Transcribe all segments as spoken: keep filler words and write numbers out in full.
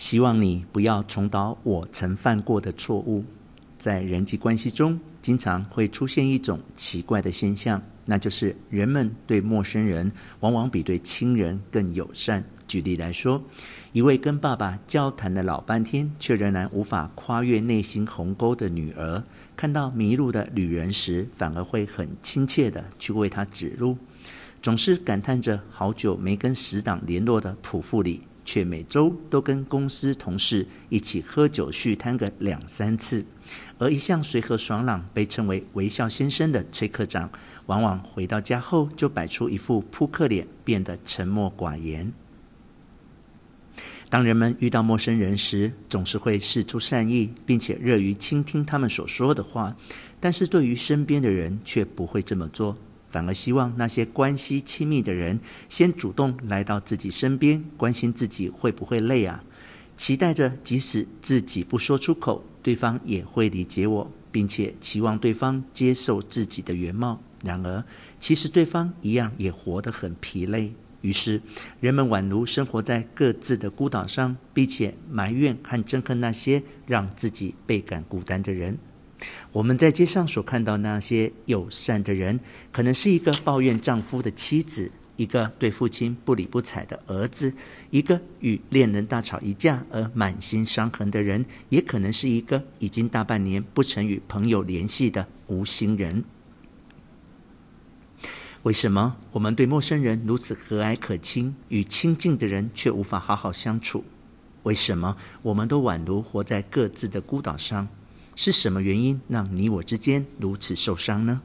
希望你不要重蹈我曾犯过的错误。在人际关系中，经常会出现一种奇怪的现象，那就是人们对陌生人往往比对亲人更友善。举例来说，一位跟爸爸交谈了老半天，却仍然无法跨越内心鸿沟的女儿，看到迷路的旅人时，反而会很亲切地去为他指路。总是感叹着好久没跟死党联络的普富里，却每周都跟公司同事一起喝酒续摊个两三次。而一向随和爽朗，被称为微笑先生的崔科长，往往回到家后就摆出一副扑克脸，变得沉默寡言。当人们遇到陌生人时，总是会释出善意，并且乐于倾听他们所说的话，但是对于身边的人却不会这么做，反而希望那些关系亲密的人先主动来到自己身边，关心自己会不会累啊，期待着即使自己不说出口，对方也会理解我，并且期望对方接受自己的原貌。然而其实对方一样也活得很疲累，于是人们宛如生活在各自的孤岛上，并且埋怨和憎恨那些让自己倍感孤单的人。我们在街上所看到那些友善的人，可能是一个抱怨丈夫的妻子，一个对父亲不理不睬的儿子，一个与恋人大吵一架而满心伤痕的人，也可能是一个已经大半年不曾与朋友联系的无心人。为什么我们对陌生人如此和蔼可亲，与亲近的人却无法好好相处？为什么我们都宛如活在各自的孤岛上？是什么原因让你我之间如此受伤呢？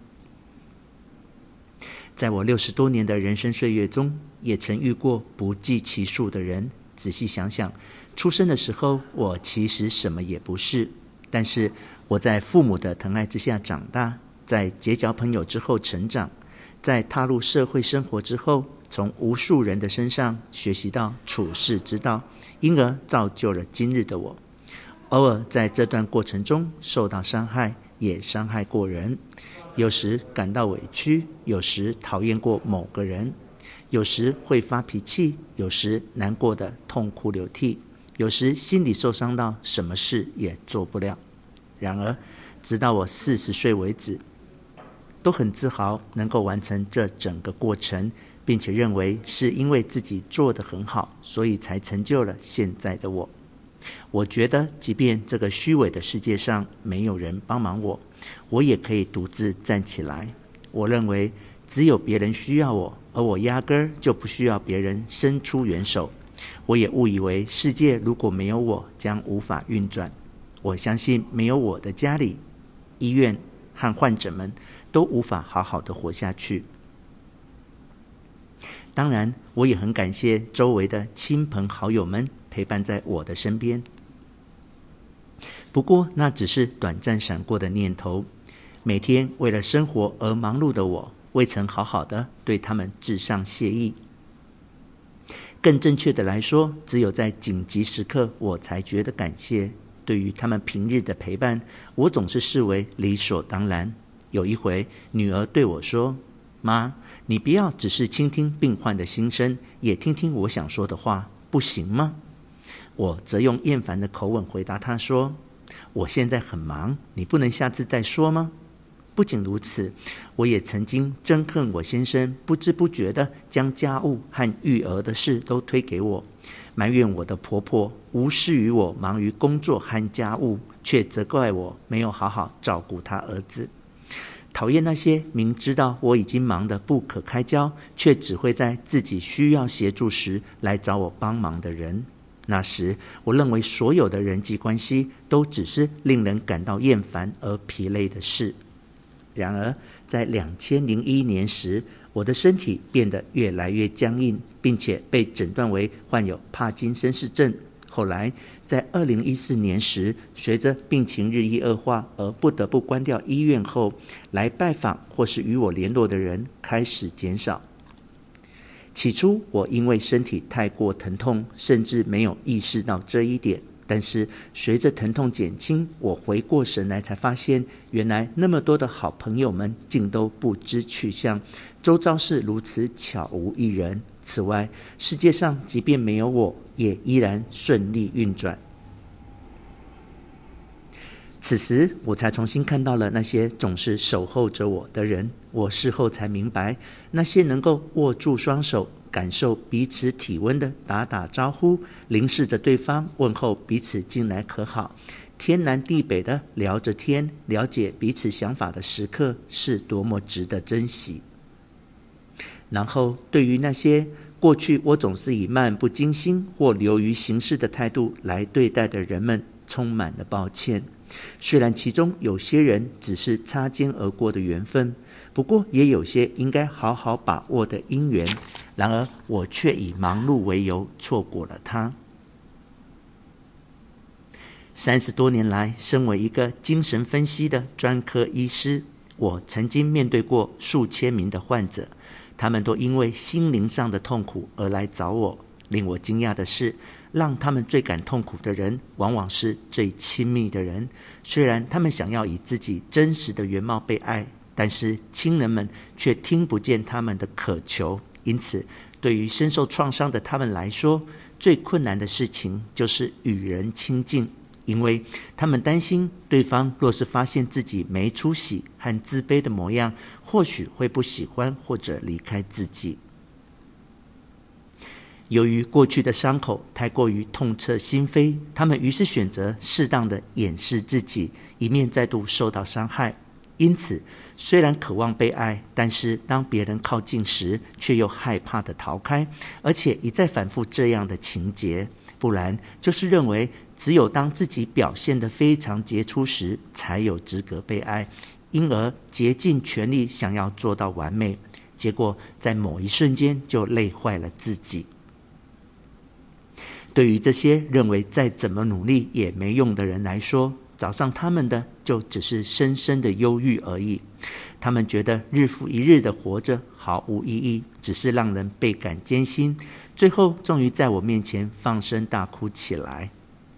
在我六十多年的人生岁月中，也曾遇过不计其数的人。仔细想想，出生的时候我其实什么也不是，但是我在父母的疼爱之下长大，在结交朋友之后成长，在踏入社会生活之后，从无数人的身上学习到处世之道，因而造就了今日的我。偶尔在这段过程中受到伤害，也伤害过人，有时感到委屈，有时讨厌过某个人，有时会发脾气，有时难过的痛哭流涕，有时心里受伤到什么事也做不了。然而直到我四十岁为止，都很自豪能够完成这整个过程，并且认为是因为自己做得很好，所以才成就了现在的我。我觉得即便这个虚伪的世界上没有人帮忙我，我也可以独自站起来。我认为只有别人需要我，而我压根儿就不需要别人伸出援手。我也误以为世界如果没有我将无法运转。我相信没有我的家里、医院和患者们都无法好好的活下去。当然，我也很感谢周围的亲朋好友们陪伴在我的身边。不过那只是短暂闪过的念头，每天为了生活而忙碌的我，未曾好好的对他们致上谢意。更正确的来说，只有在紧急时刻我才觉得感谢。对于他们平日的陪伴，我总是视为理所当然。有一回，女儿对我说：“妈，你不要只是倾听病患的心声，也听听我想说的话，不行吗？”我则用厌烦的口吻回答她说：“我现在很忙，你不能下次再说吗？”不仅如此，我也曾经憎恨我先生不知不觉地将家务和育儿的事都推给我，埋怨我的婆婆无视于我忙于工作和家务，却责怪我没有好好照顾她儿子。讨厌那些明知道我已经忙得不可开交，却只会在自己需要协助时来找我帮忙的人。那时我认为所有的人际关系都只是令人感到厌烦而疲累的事。然而在两千零一年时，我的身体变得越来越僵硬，并且被诊断为患有帕金森氏症。后来在二零一四年时，随着病情日益恶化而不得不关掉医院后，来拜访或是与我联络的人开始减少。起初我因为身体太过疼痛，甚至没有意识到这一点，但是随着疼痛减轻，我回过神来才发现，原来那么多的好朋友们竟都不知去向，周遭是如此悄无一人， 此外，世界上即便没有我，也依然顺利运转。此时我才重新看到了那些总是守候着我的人。我事后才明白，那些能够握住双手，感受彼此体温的打打招呼，凝视着对方，问候彼此近来可好，天南地北的聊着天，了解彼此想法的时刻，是多么值得珍惜。然后对于那些过去我总是以漫不经心或流于形式的态度来对待的人们，充满了抱歉。虽然其中有些人只是擦肩而过的缘分，不过也有些应该好好把握的因缘，然而我却以忙碌为由错过了它。三十多年来，身为一个精神分析的专科医师，我曾经面对过数千名的患者，他们都因为心灵上的痛苦而来找我。令我惊讶的是，让他们最感痛苦的人，往往是最亲密的人。虽然他们想要以自己真实的原貌被爱，但是亲人们却听不见他们的渴求。因此，对于深受创伤的他们来说，最困难的事情就是与人亲近，因为他们担心对方若是发现自己没出息和自卑的模样，或许会不喜欢或者离开自己。由于过去的伤口太过于痛彻心扉，他们于是选择适当的掩饰自己，以免再度受到伤害。因此，虽然渴望被爱，但是当别人靠近时，却又害怕的逃开，而且一再反复这样的情节。不然就是认为只有当自己表现得非常杰出时，才有资格被爱，因而竭尽全力想要做到完美，结果在某一瞬间就累坏了自己。对于这些认为再怎么努力也没用的人来说，找上他们的就只是深深的忧郁而已。他们觉得日复一日的活着毫无意义，只是让人倍感艰辛，最后终于在我面前放声大哭起来。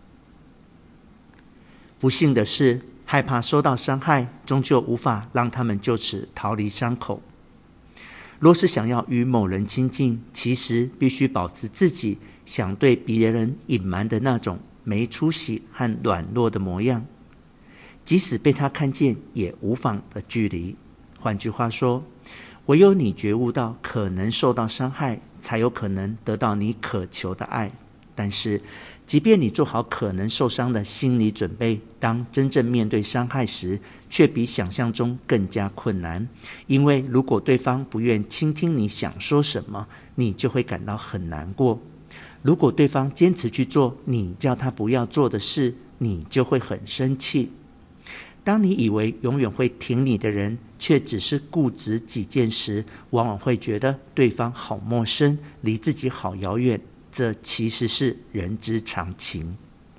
不幸的是，害怕受到伤害，终究无法让他们就此逃离伤口。若是想要与某人亲近，其实必须保持自己想对别人隐瞒的那种没出息和软弱的模样，即使被他看见也无妨的距离。换句话说，唯有你觉悟到可能受到伤害，才有可能得到你渴求的爱。但是即便你做好可能受伤的心理准备，当真正面对伤害时，却比想象中更加困难。因为如果对方不愿倾听你想说什么，你就会感到很难过。如果对方坚持去做你叫他不要做的事，你就会很生气。当你以为永远会挺你的人，却只是固执己见时，往往会觉得对方好陌生，离自己好遥远。这其实是人之常情。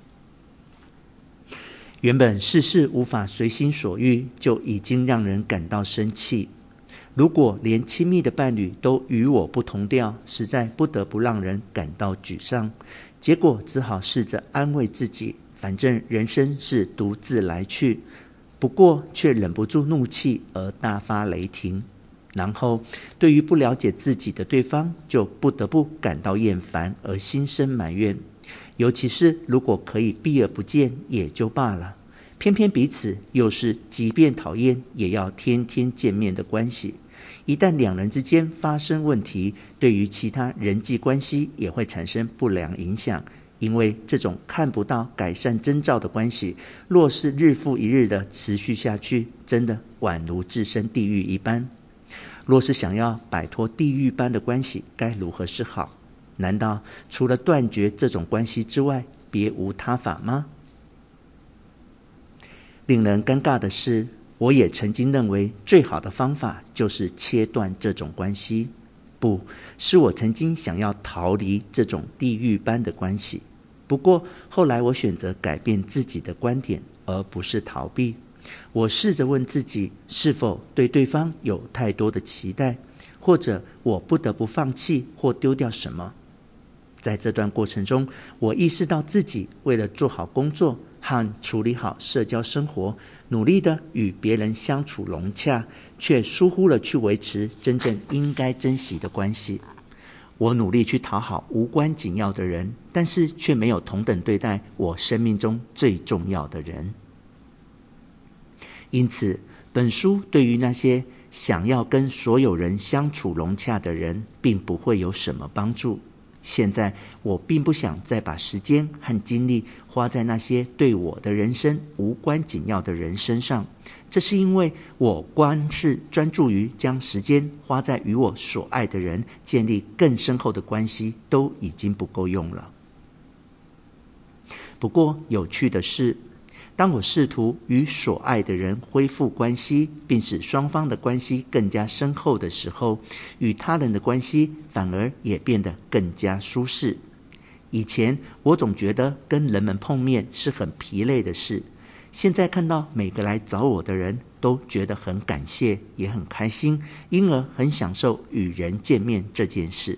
原本事事无法随心所欲，就已经让人感到生气。如果连亲密的伴侣都与我不同调，实在不得不让人感到沮丧。结果只好试着安慰自己，反正人生是独自来去。不过却忍不住怒气而大发雷霆。然后对于不了解自己的对方，就不得不感到厌烦而心生埋怨。尤其是如果可以避而不见也就罢了，偏偏彼此又是即便讨厌也要天天见面的关系。一旦两人之间发生问题，对于其他人际关系也会产生不良影响。因为这种看不到改善征兆的关系，若是日复一日的持续下去，真的宛如置身地狱一般。若是想要摆脱地狱般的关系，该如何是好？难道除了断绝这种关系之外，别无他法吗？令人尴尬的是，我也曾经认为最好的方法就是切断这种关系。不，是我曾经想要逃离这种地狱般的关系。不过后来我选择改变自己的观点，而不是逃避。我试着问自己，是否对对方有太多的期待，或者我不得不放弃或丢掉什么。在这段过程中，我意识到自己为了做好工作和处理好社交生活，努力的与别人相处融洽，却疏忽了去维持真正应该珍惜的关系。 我努力去讨好无关紧要的人，但是却没有同等对待我生命中最重要的人。因此，本书对于那些想要跟所有人相处融洽的人，并不会有什么帮助。现在我并不想再把时间和精力花在那些对我的人生无关紧要的人身上，这是因为我光是专注于将时间花在与我所爱的人建立更深厚的关系，都已经不够用了。不过有趣的是，当我试图与所爱的人恢复关系，并使双方的关系更加深厚的时候，与他人的关系反而也变得更加舒适。以前我总觉得跟人们碰面是很疲累的事，现在看到每个来找我的人都觉得很感谢，也很开心，因而很享受与人见面这件事。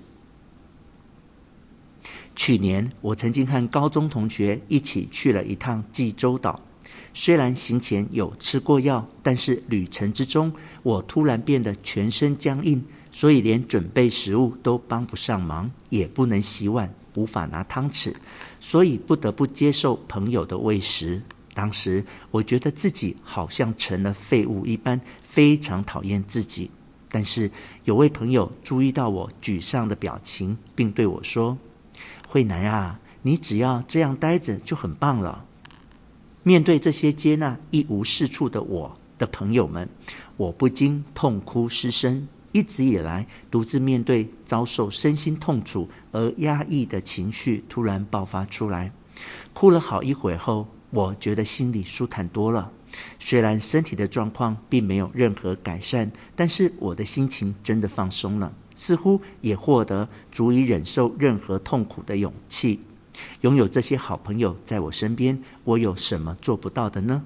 去年我曾经和高中同学一起去了一趟济州岛，虽然行前有吃过药，但是旅程之中我突然变得全身僵硬，所以连准备食物都帮不上忙，也不能洗碗，无法拿汤匙，所以不得不接受朋友的喂食。当时我觉得自己好像成了废物一般，非常讨厌自己。但是有位朋友注意到我沮丧的表情，并对我说：慧南啊，你只要这样待着就很棒了。面对这些接纳一无是处的我的朋友们，我不禁痛哭失声。一直以来独自面对遭受身心痛楚而压抑的情绪突然爆发出来，哭了好一会后，我觉得心里舒坦多了。虽然身体的状况并没有任何改善，但是我的心情真的放松了，似乎也获得足以忍受任何痛苦的勇气。拥有这些好朋友在我身边，我有什么做不到的呢？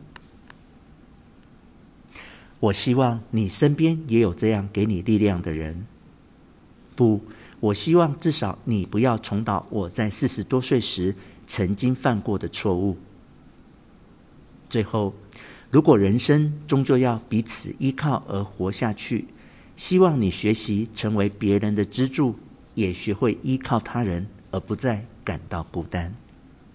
我希望你身边也有这样给你力量的人。不，我希望至少你不要重蹈我在四十多岁时曾经犯过的错误。最后，如果人生终究要彼此依靠而活下去，希望你学习成为别人的支柱，也学会依靠他人，而不再感到孤单。